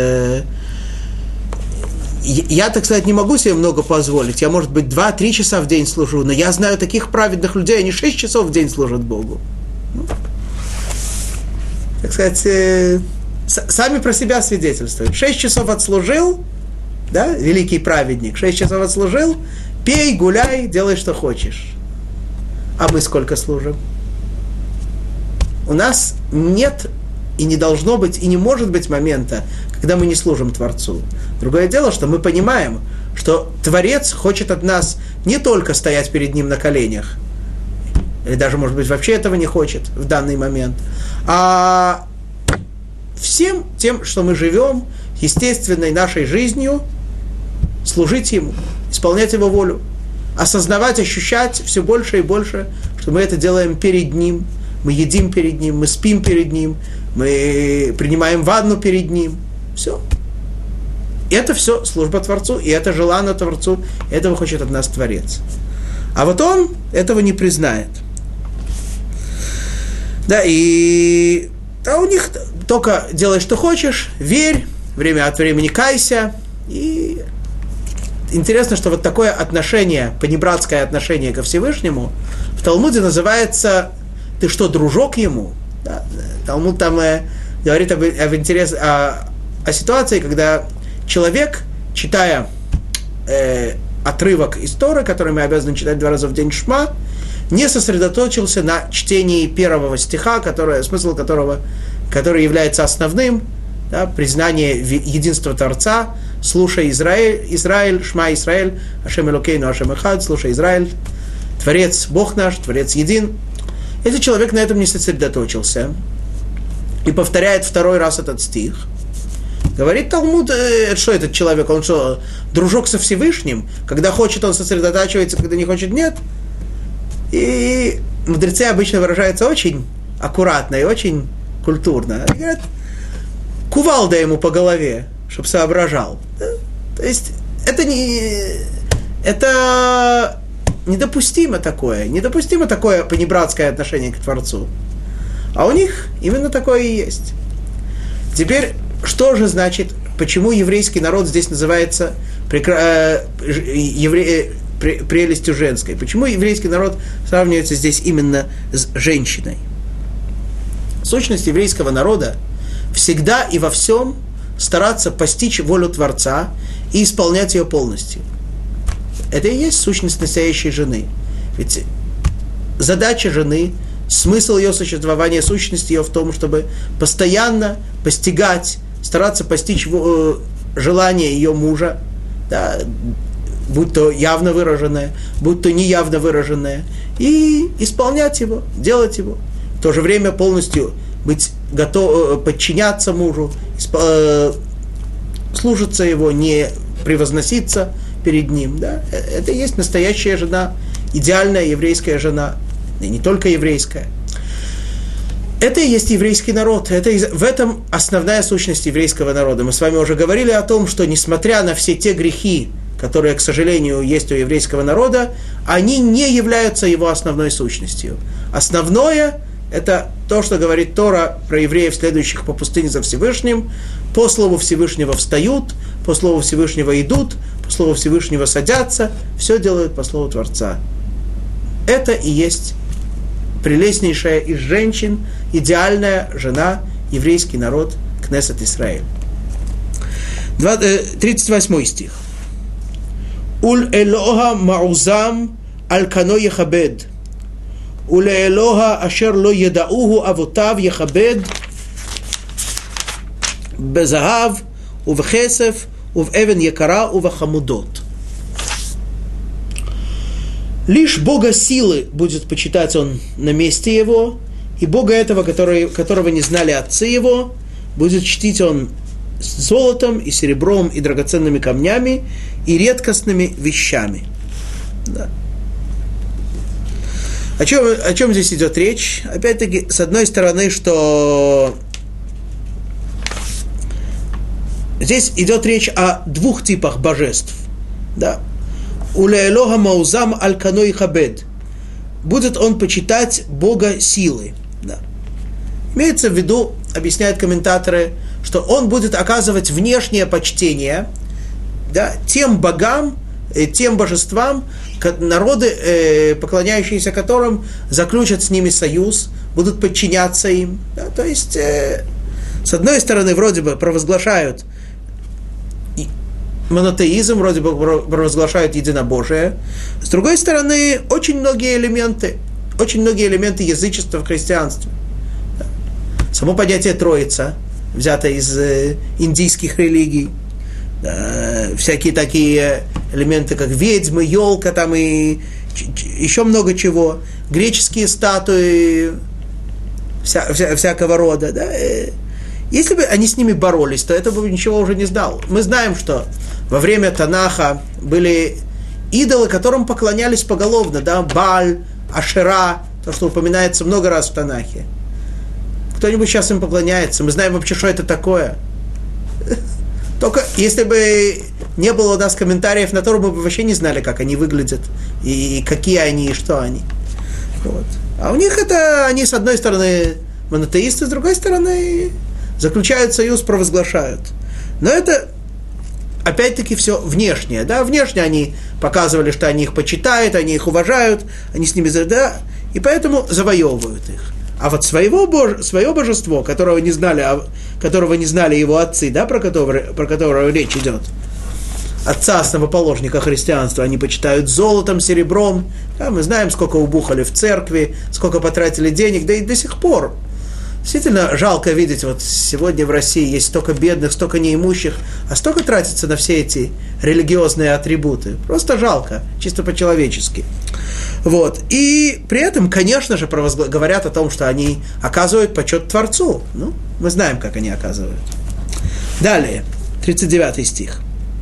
S1: я, так сказать, не могу себе много позволить. Я, может быть, 2-3 часа в день служу, но я знаю таких праведных людей, они 6 часов в день служат Богу. Так сказать, сами про себя свидетельствуют. 6 часов отслужил, да, великий праведник, 6 часов отслужил, пей, гуляй, делай, что хочешь. А мы сколько служим? У нас нет и не должно быть, и не может быть момента, когда мы не служим Творцу. Другое дело, что мы понимаем, что Творец хочет от нас не только стоять перед Ним на коленях, или даже, может быть, вообще этого не хочет в данный момент, а всем тем, что мы живем, естественной нашей жизнью, служить Ему, исполнять Его волю, осознавать, ощущать все больше и больше, что мы это делаем перед Ним, мы едим перед Ним, мы спим перед Ним, мы принимаем ванну перед Ним. Все. Это все служба Творцу, и это желание Творцу, этого хочет от нас Творец. А вот Он этого не признает. Да, и у них только делай, что хочешь, верь, время от времени кайся. И интересно, что вот такое отношение, понебратское отношение ко Всевышнему в Талмуде называется «ты что, дружок ему?» Да, Талмуд там говорит о ситуации, когда человек, читая отрывок из Торы, который мы обязаны читать 2 раза в день Шма, не сосредоточился на чтении первого стиха, смысл которого, который является основным, да, признание единства Творца, слушай Израиль, Шма Исраэль, Ашем Элокейну, Ашем Эхад, слушай Израиль, Творец Бог наш, Творец един. Если человек на этом не сосредоточился и повторяет 2 раз этот стих, говорит Талмуд, что этот человек, он что, дружок со Всевышним? Когда хочет, он сосредотачивается, когда не хочет, нет. И мудрецы обычно выражаются очень аккуратно и очень культурно. Они говорят, кувалда ему по голове, чтобы соображал. То есть это недопустимо такое понебратское отношение к Творцу. А у них именно такое и есть. Теперь, что же значит, почему еврейский народ здесь называется прелестью женской? Почему еврейский народ сравнивается здесь именно с женщиной? Сущность еврейского народа всегда и во всем стараться постичь волю Творца и исполнять ее полностью. Это и есть сущность настоящей жены. Ведь задача жены, смысл ее существования, сущность ее в том, чтобы постоянно постигать, стараться постичь желание ее мужа, да, будь то явно выраженное, будь то неявно выраженное, и исполнять его, делать его. В то же время полностью быть готов, подчиняться мужу, слушаться его, не превозноситься перед ним. Да? Это и есть настоящая жена, идеальная еврейская жена, и не только еврейская. Это и есть еврейский народ. В этом основная сущность еврейского народа. Мы с вами уже говорили о том, что несмотря на все те грехи, которые, к сожалению, есть у еврейского народа, они не являются его основной сущностью. Основное – это то, что говорит Тора про евреев, следующих по пустыне за Всевышним. По слову Всевышнего встают, по слову Всевышнего идут, по слову Всевышнего садятся, все делают по слову Творца. Это и есть прелестнейшая из женщин, идеальная жена, еврейский народ, Кнесет Исраэль. 38 стих. «Уль элоха маузам аль кано ехабед, уле элоха ашер ло едауху авотав ехабед, безахав, увхесев, увэвен якара, увахамудот». Лишь Бога силы будет почитать он на месте его, и Бога этого, которого не знали отцы его, будет чтить он с золотом и серебром и драгоценными камнями и редкостными вещами. Да. О чем здесь идет речь? Опять-таки, с одной стороны, что здесь идет речь о двух типах божеств. Да. Уля Элоха Маузам Аль-Каной Хабед. Будет он почитать Бога силы. Да. Имеется в виду, объясняют комментаторы, что он будет оказывать внешнее почтение, да, тем богам, тем божествам, народы, поклоняющиеся которым, заключат с ними союз, будут подчиняться им. Да, то есть, с одной стороны, вроде бы провозглашают монотеизм, вроде бы провозглашают единобожие. С другой стороны, очень многие элементы язычества в христианстве. Да. Само понятие Троица, взято из индийских религий. Да, всякие такие элементы, как ведьмы, елка там и еще много чего. Греческие статуи всякого рода. Да. Если бы они с ними боролись, то это бы ничего уже не сдало. Мы знаем, что во время Танаха были идолы, которым поклонялись поголовно. Да? Бааль, Ашера, то, что упоминается много раз в Танахе. Кто-нибудь сейчас им поклоняется? Мы знаем вообще, что это такое. Только если бы не было у нас комментариев на то, мы бы вообще не знали, как они выглядят, и какие они, и что они. Вот. А у них это, они с одной стороны монотеисты, с другой стороны заключают союз, провозглашают. Но это, опять-таки, все внешнее. Да? Внешне они показывали, что они их почитают, они их уважают, они с ними, да, и поэтому завоевывают их. А вот свое божество, которого не знали его отцы, да, про которого речь идет, отца основоположника христианства, они почитают золотом, серебром. Да, мы знаем, сколько убухали в церкви, сколько потратили денег, да и до сих пор. Действительно жалко видеть, вот сегодня в России есть столько бедных, столько неимущих, а столько тратится на все эти религиозные атрибуты. Просто жалко, чисто по-человечески. Вот. И при этом, конечно же, говорят о том, что они оказывают почет Творцу. Ну, мы знаем, как они оказывают. Далее, 39 стих.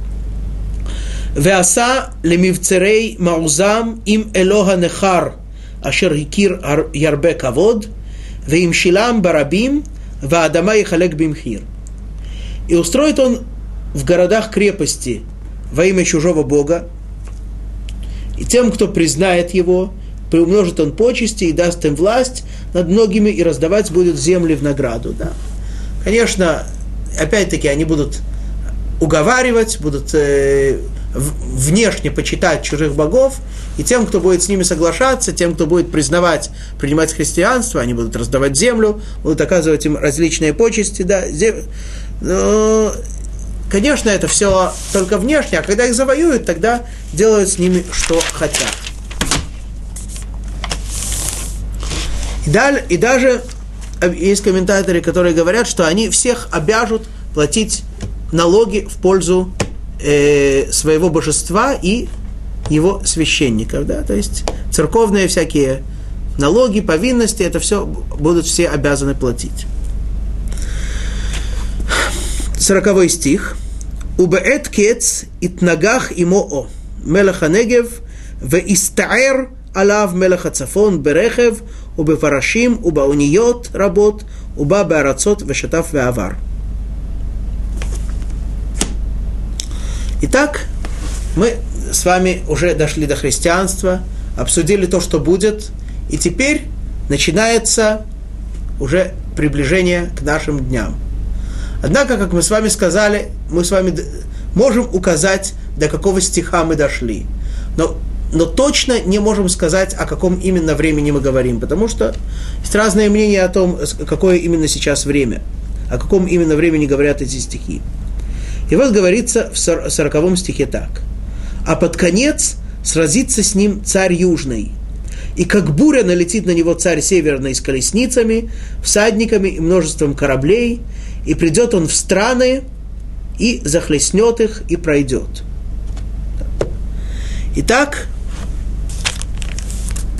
S1: «Веаса лемивцерей маузам им элоха нехар, ашер хикир ярбе кавод, «Веим шилам барабим, ваадама и халек бимхир». И устроит он в городах крепости во имя чужого бога, и тем, кто признает его, приумножит он почести и даст им власть над многими, и раздавать будет земли в награду. Да. Конечно, опять-таки, они будут уговаривать, будут внешне почитать чужих богов, и тем, кто будет с ними соглашаться, тем, кто будет принимать христианство, они будут раздавать землю, будут оказывать им различные почести. Да. Но, конечно, это все только внешне, а когда их завоюют, тогда делают с ними, что хотят. И даже есть комментаторы, которые говорят, что они всех обяжут платить налоги в пользу своего божества и его священников. Да? То есть церковные всякие налоги, повинности, это все будут все обязаны платить. 40 стих. «Убеэт кец итнагах имоо мелех анегев веистаэр алав мелех ацафон берехев убефарашим убауниот работ уба беарацот вешатав веавар». Итак, мы с вами уже дошли до христианства, обсудили то, что будет, и теперь начинается уже приближение к нашим дням. Однако, как мы с вами сказали, мы с вами можем указать, до какого стиха мы дошли. Но точно не можем сказать, о каком именно времени мы говорим, потому что есть разные мнения о том, какое именно сейчас время, о каком именно времени говорят эти стихи. И вот говорится в 40 стихе так. «А под конец сразится с ним царь южный, и как буря налетит на него царь северный с колесницами, всадниками и множеством кораблей, и придет он в страны, и захлестнет их, и пройдет». Итак,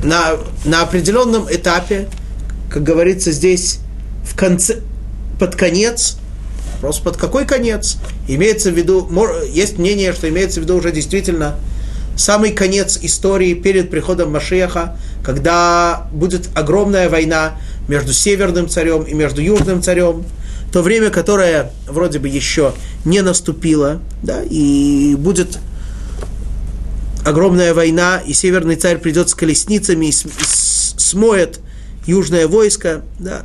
S1: на определенном этапе, как говорится здесь, в конце, под конец, просто под какой конец, имеется в виду, есть мнение, что имеется в виду уже действительно самый конец истории перед приходом Машиаха, когда будет огромная война между северным царем и между южным царем, то время, которое вроде бы еще не наступило, да, и будет огромная война, и северный царь придет с колесницами и смоет южное войско, да.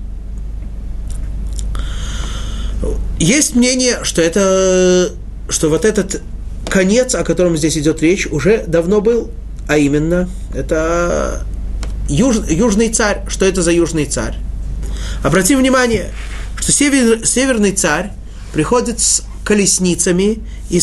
S1: Есть мнение, что вот этот конец, о котором здесь идет речь, уже давно был, а именно, это южный царь. Что это за южный царь? Обратим внимание, что северный царь приходит с колесницами и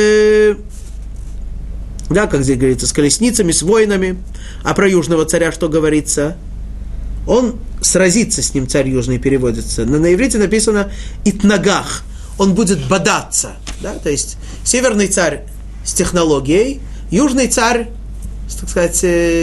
S1: как здесь говорится, с колесницами, с воинами. А про южного царя что говорится? Он сразится с ним, царь южный переводится. Но на иврите написано «итнагах». Он будет бодаться. Да? То есть северный царь с технологией, южный царь, так сказать,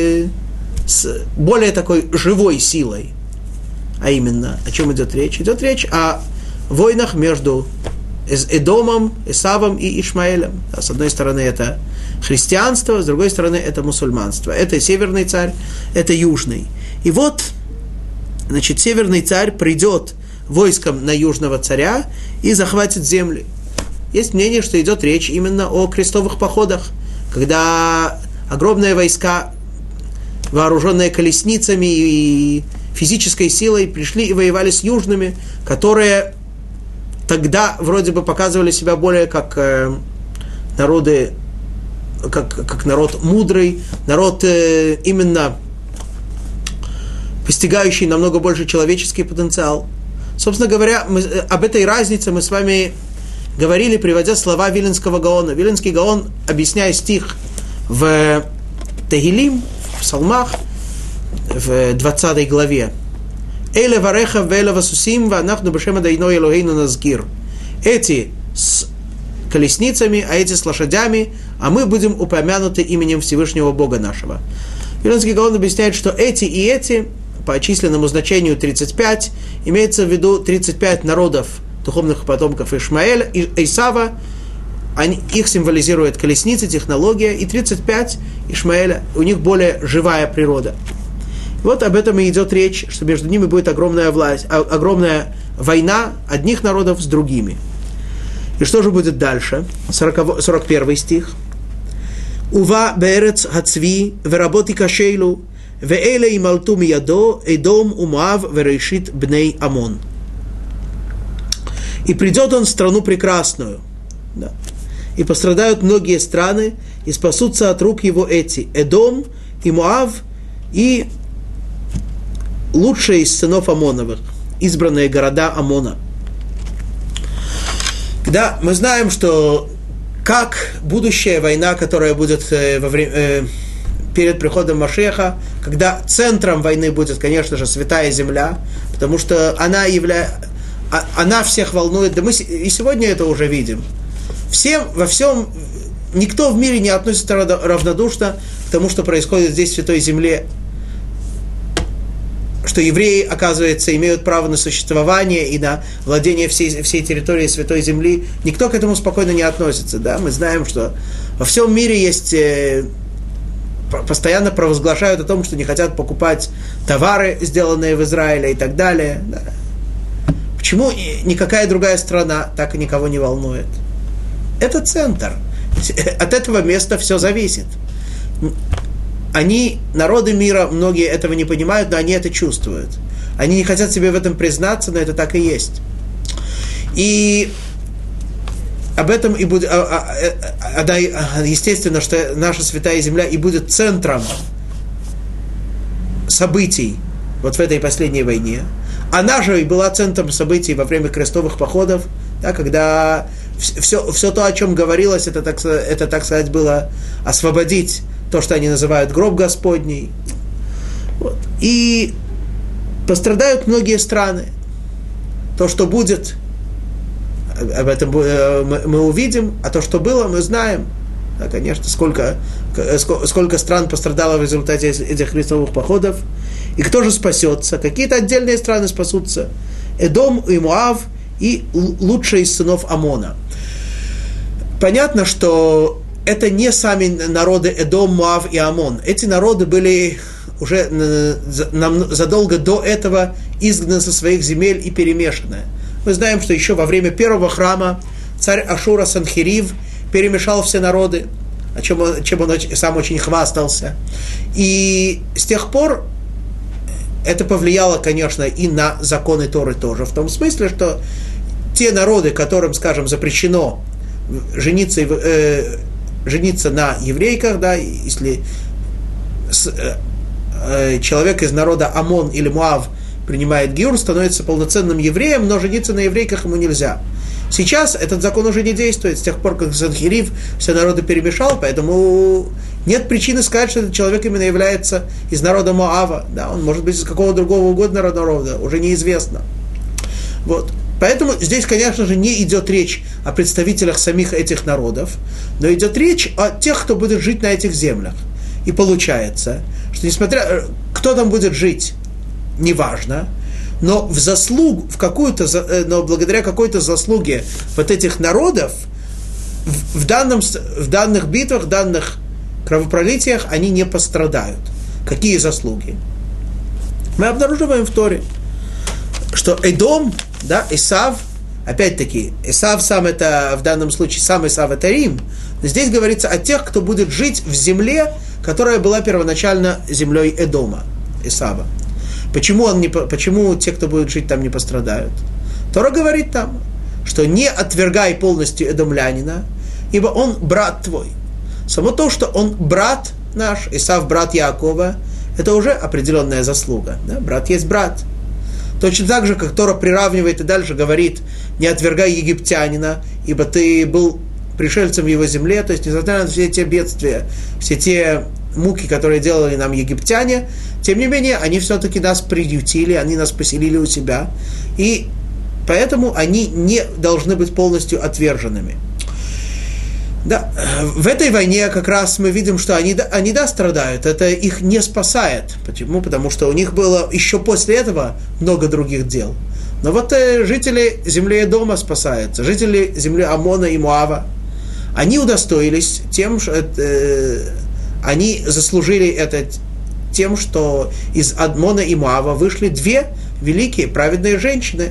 S1: с более такой живой силой. А именно, о чем идет речь? Идет речь о войнах между Эдомом, Исавом и Ишмаэлем. Да, с одной стороны, это христианство, с другой стороны, это мусульманство. Это северный царь, это южный. И вот, значит, северный царь придет войском на южного царя и захватит земли. Есть мнение, что идет речь именно о крестовых походах, когда огромные войска, вооруженные колесницами и физической силой, пришли и воевали с южными, которые тогда вроде бы показывали себя более как народы, как народ мудрый, народ именно постигающий намного больше человеческий потенциал. Собственно говоря, об этой разнице мы с вами говорили, приводя слова Виленского Гаона. Виленский Гаон, объясняя стих в Тегилим, в Псалмах, в 20 главе. «Эйле вареха вэйле васусим ванахну бешем адайной элохейну назгир». Эти с колесницами, а эти с лошадями, а мы будем упомянуты именем Всевышнего Бога нашего. Виленский Гаон объясняет, что эти и эти, по численному значению 35, имеется в виду 35 народов, духовных потомков Ишмаэля и Исава, их символизирует колесницы, технология, и 35 Ишмаэля, у них более живая природа. Вот об этом и идет речь, что между ними будет огромная власть, огромная война одних народов с другими. И что же будет дальше? 41 стих. «Ува берец хацви веработи кашейлу веэле ималту миядо эдом умав верешит бней Амон». «И придет он в страну прекрасную, да, и пострадают многие страны, и спасутся от рук его эти, Эдом и Моав, и лучшие из сынов Амоновых, избранные города Амона». Да, мы знаем, что как будущая война, которая будет перед приходом Машиаха, когда центром войны будет, конечно же, Святая Земля, потому что она всех волнует, да мы и сегодня это уже видим. Во всем, никто в мире не относится равнодушно к тому, что происходит здесь, в Святой Земле, что евреи, оказывается, имеют право на существование и на владение всей территорией Святой Земли. Никто к этому спокойно не относится. Да? Мы знаем, что во всем мире есть, постоянно провозглашают о том, что не хотят покупать товары, сделанные в Израиле и так далее. Да? Почему никакая другая страна так и никого не волнует? Это центр. От этого места все зависит. Народы мира, многие этого не понимают, но они это чувствуют. Они не хотят себе в этом признаться, но это так и есть. И об этом и будет, естественно, что наша Святая Земля и будет центром событий вот в этой последней войне. Она же и была центром событий во время крестовых походов, да, когда все то, о чем говорилось, это, так сказать, было освободить то, что они называют гроб Господний. Вот. И пострадают многие страны. То, что будет, об этом мы увидим, а то, что было, мы знаем. Да, конечно, сколько стран пострадало в результате этих крестовых походов. И кто же спасется? Какие-то отдельные страны спасутся. Эдом и Моав и лучшие из сынов Амона. Понятно, что это не сами народы Эдом, Моав и Амон. Эти народы были уже задолго до этого изгнаны со своих земель и перемешаны. Мы знаем, что еще во время первого храма царь Ашура Санхерив перемешал все народы, чем он сам очень хвастался. И с тех пор это повлияло, конечно, и на законы Торы тоже, в том смысле, что те народы, которым, скажем, запрещено жениться на еврейках, да, если человек из народа Амон или Моав принимает гиур, становится полноценным евреем, но жениться на еврейках ему нельзя. Сейчас этот закон уже не действует, с тех пор, как Санхерив все народы перемешал, поэтому нет причины сказать, что этот человек именно является из народа Моава. Да, он может быть из какого другого угодно народа, уже неизвестно. Вот. Поэтому здесь, конечно же, не идет речь о представителях самих этих народов, но идет речь о тех, кто будет жить на этих землях. И получается, что несмотря кто там будет жить, неважно, но но благодаря какой-то заслуге вот этих народов в данных битвах, в данных кровопролитиях они не пострадают. Какие заслуги? Мы обнаруживаем в Торе, что Эдом, да, Исав, опять-таки, Исав сам это, в данном случае, сам Исав это Рим, но здесь говорится о тех, кто будет жить в земле, которая была первоначально землей Эдома, Исава. Почему те, кто будет жить там, не пострадают? Тора говорит там, что не отвергай полностью эдомлянина, ибо он брат твой. Само то, что он брат наш, Исав брат Яакова, это уже определенная заслуга. Да? Брат есть брат. Точно так же, как Тора приравнивает и дальше говорит, не отвергай египтянина, ибо ты был пришельцем в его земле, то есть, несмотря на все те бедствия, все те муки, которые делали нам египтяне, тем не менее, они все-таки нас приютили, они нас поселили у себя, и поэтому они не должны быть полностью отверженными. Да, в этой войне как раз мы видим, что они страдают, это их не спасает. Почему? Потому что у них было еще после этого много других дел. Но вот жители земли Эдома спасаются, жители земли Амона и Моава, они удостоились тем, что они заслужили это тем, что из Амона и Моава вышли две великие праведные женщины,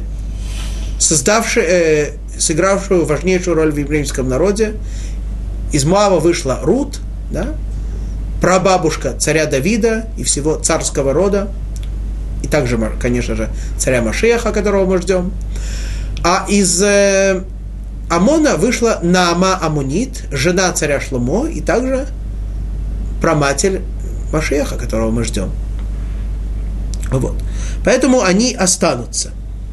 S1: сыгравшие важнейшую роль в еврейском народе. Из Моава вышла Рут, да, прабабушка царя Давида и всего царского рода, и также, конечно же, царя Машиаха, которого мы ждем. А из Амона вышла Наама Амонит, жена царя Шломо, и также праматерь Машиаха, которого мы ждем. Вот. Поэтому они останутся.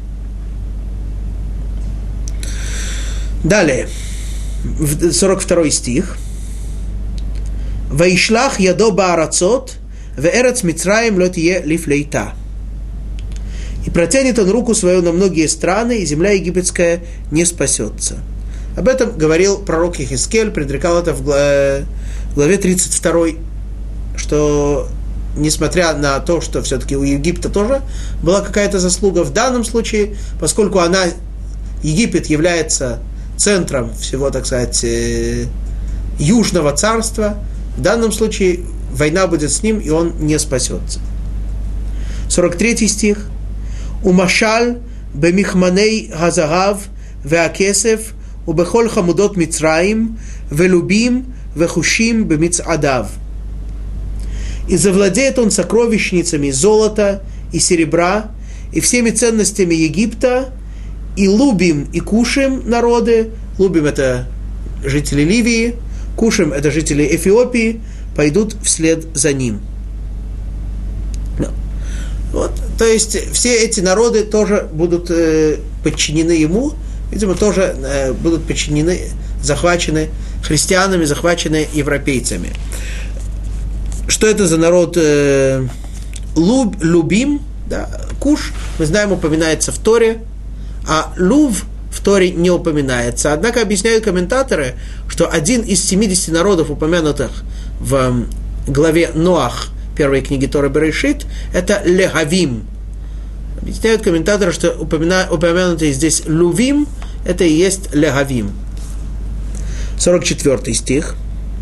S1: Далее, 42 стих. «Ваишлах ядо баарацот, веэрец Мицраим ло тие лифлейта». И протянет он руку свою на многие страны, и земля египетская не спасется. Об этом говорил пророк Йехескель, предрекал это в главе 32, что несмотря на то, что все-таки у Египта тоже была какая-то заслуга, в данном случае, поскольку Египет является центром всего, так сказать, Южного царства, в данном случае война будет с ним, и он не спасется. 43 стих. «Умашаль бемихманей газагав веакесев убехол хамудот Мицраим велубим вехушим бемицадав». И завладеет он сокровищницами золота и серебра, и всеми ценностями Египта, и Лубим, и Кушим народы. Лубим – это жители Ливии, Кушим – это жители Эфиопии, пойдут вслед за ним. Вот. То есть все эти народы тоже будут подчинены ему, видимо, тоже будут подчинены, захвачены христианами, захвачены европейцами. Что это за народ Лубим? Да? Куш, мы знаем, упоминается в Торе, а Лув в Торе не упоминается. Однако объясняют комментаторы, что один из 70 народов, упомянутых в главе Ноах первой книги Торы Берешит, это Лехавим. Объясняют комментаторы, что упомянутый здесь Лувим, это и есть Лехавим. 44 стих.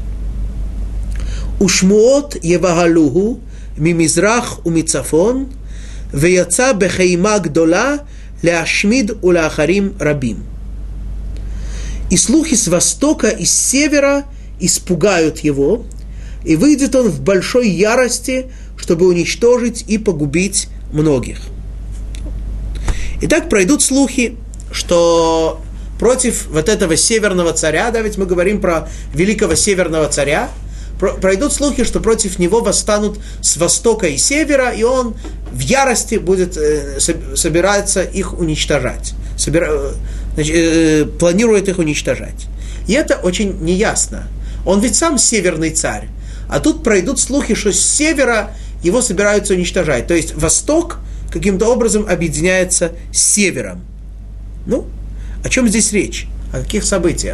S1: Ушмуот евагалуху мимизрах умицафон веяца бехейма гдола ляшмид уляхарим рабим. И слухи с востока и с севера испугают его, и выйдет он в большой ярости, чтобы уничтожить и погубить многих. Итак, пройдут слухи, что против вот этого северного царя, да, ведь мы говорим про великого северного царя, пройдут слухи, что против него восстанут с востока и севера, и он в ярости будет собирается их уничтожать, планирует их уничтожать. И это очень неясно. Он ведь сам северный царь, а тут пройдут слухи, что с севера его собираются уничтожать. То есть восток каким-то образом объединяется с севером. Ну, о чем здесь речь? О каких событиях?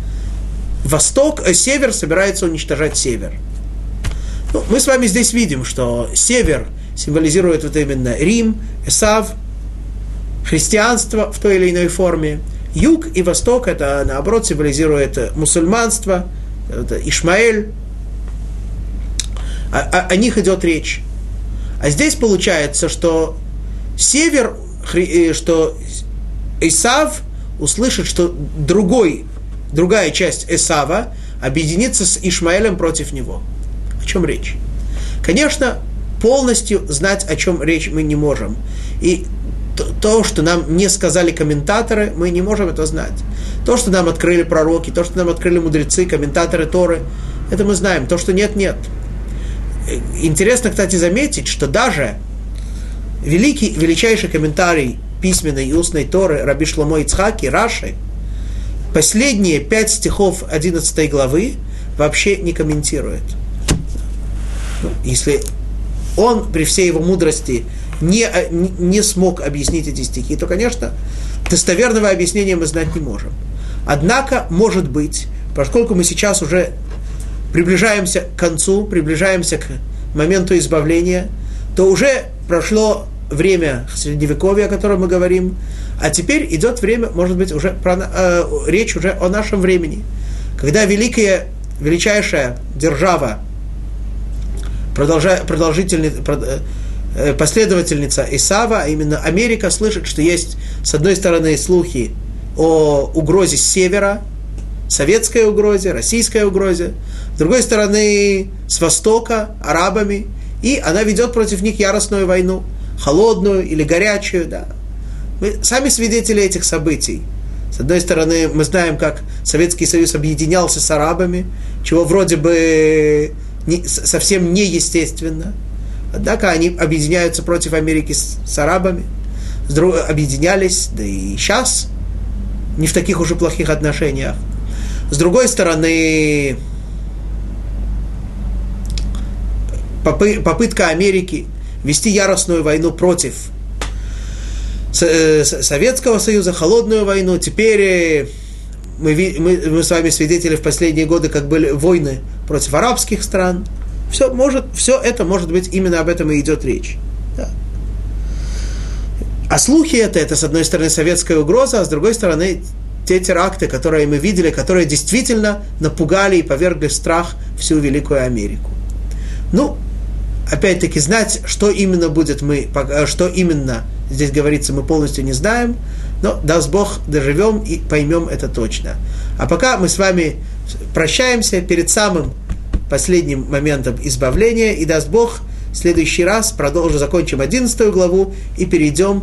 S1: Север собирается уничтожать север. Ну, мы с вами здесь видим, что север символизирует вот именно Рим, Эсав, христианство в той или иной форме. Юг и восток, это наоборот символизирует мусульманство, это Ишмаэль. О них идет речь. А здесь получается, что что Эсав услышит, что другая часть Эсава объединится с Ишмаэлем против него. О чем речь? Конечно, полностью знать, о чем речь, мы не можем. И то, что нам не сказали комментаторы, мы не можем это знать. То, что нам открыли пророки, то, что нам открыли мудрецы, комментаторы Торы, это мы знаем. То, что нет, нет. Интересно, кстати, заметить, что даже величайший комментарий письменной и устной Торы Раби Шломо Ицхаки, Раши, последние 5 стихов 11 главы вообще не комментирует. Если он при всей его мудрости не смог объяснить эти стихи, то, конечно, достоверного объяснения мы знать не можем. Однако, может быть, поскольку мы сейчас уже приближаемся к концу, приближаемся к моменту избавления, то уже прошло время Средневековья, о котором мы говорим, а теперь идет время, может быть, уже речь уже о нашем времени, когда величайшая держава, последовательница Исава, а именно Америка, слышит, что есть, с одной стороны, слухи о угрозе с севера, советской угрозе, российской угрозе, с другой стороны, с востока, арабами, и она ведет против них яростную войну, холодную или горячую, да. Мы сами свидетели этих событий. С одной стороны, мы знаем, как Советский Союз объединялся с арабами, чего вроде бы совсем неестественно. Однако они объединяются против Америки с арабами, объединялись, да и сейчас не в таких уже плохих отношениях. С другой стороны, попытка Америки вести яростную войну против Советского Союза, холодную войну. Теперь мы с вами свидетели в последние годы, как были войны против арабских стран. Все это может быть, именно об этом и идет речь. Да. А слухи это с одной стороны советская угроза, а с другой стороны те теракты, которые мы видели, которые действительно напугали и повергли в страх всю Великую Америку. Ну, опять-таки, знать, что именно будет что именно здесь говорится, мы полностью не знаем, но, даст Бог, доживем и поймем это точно. А пока мы с вами прощаемся перед самым последним моментом избавления, и, даст Бог, в следующий раз закончим 11 главу и перейдем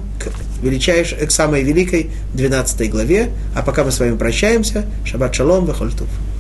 S1: к самой великой 12 главе. А пока мы с вами прощаемся, шаббат шалом вехоль тув.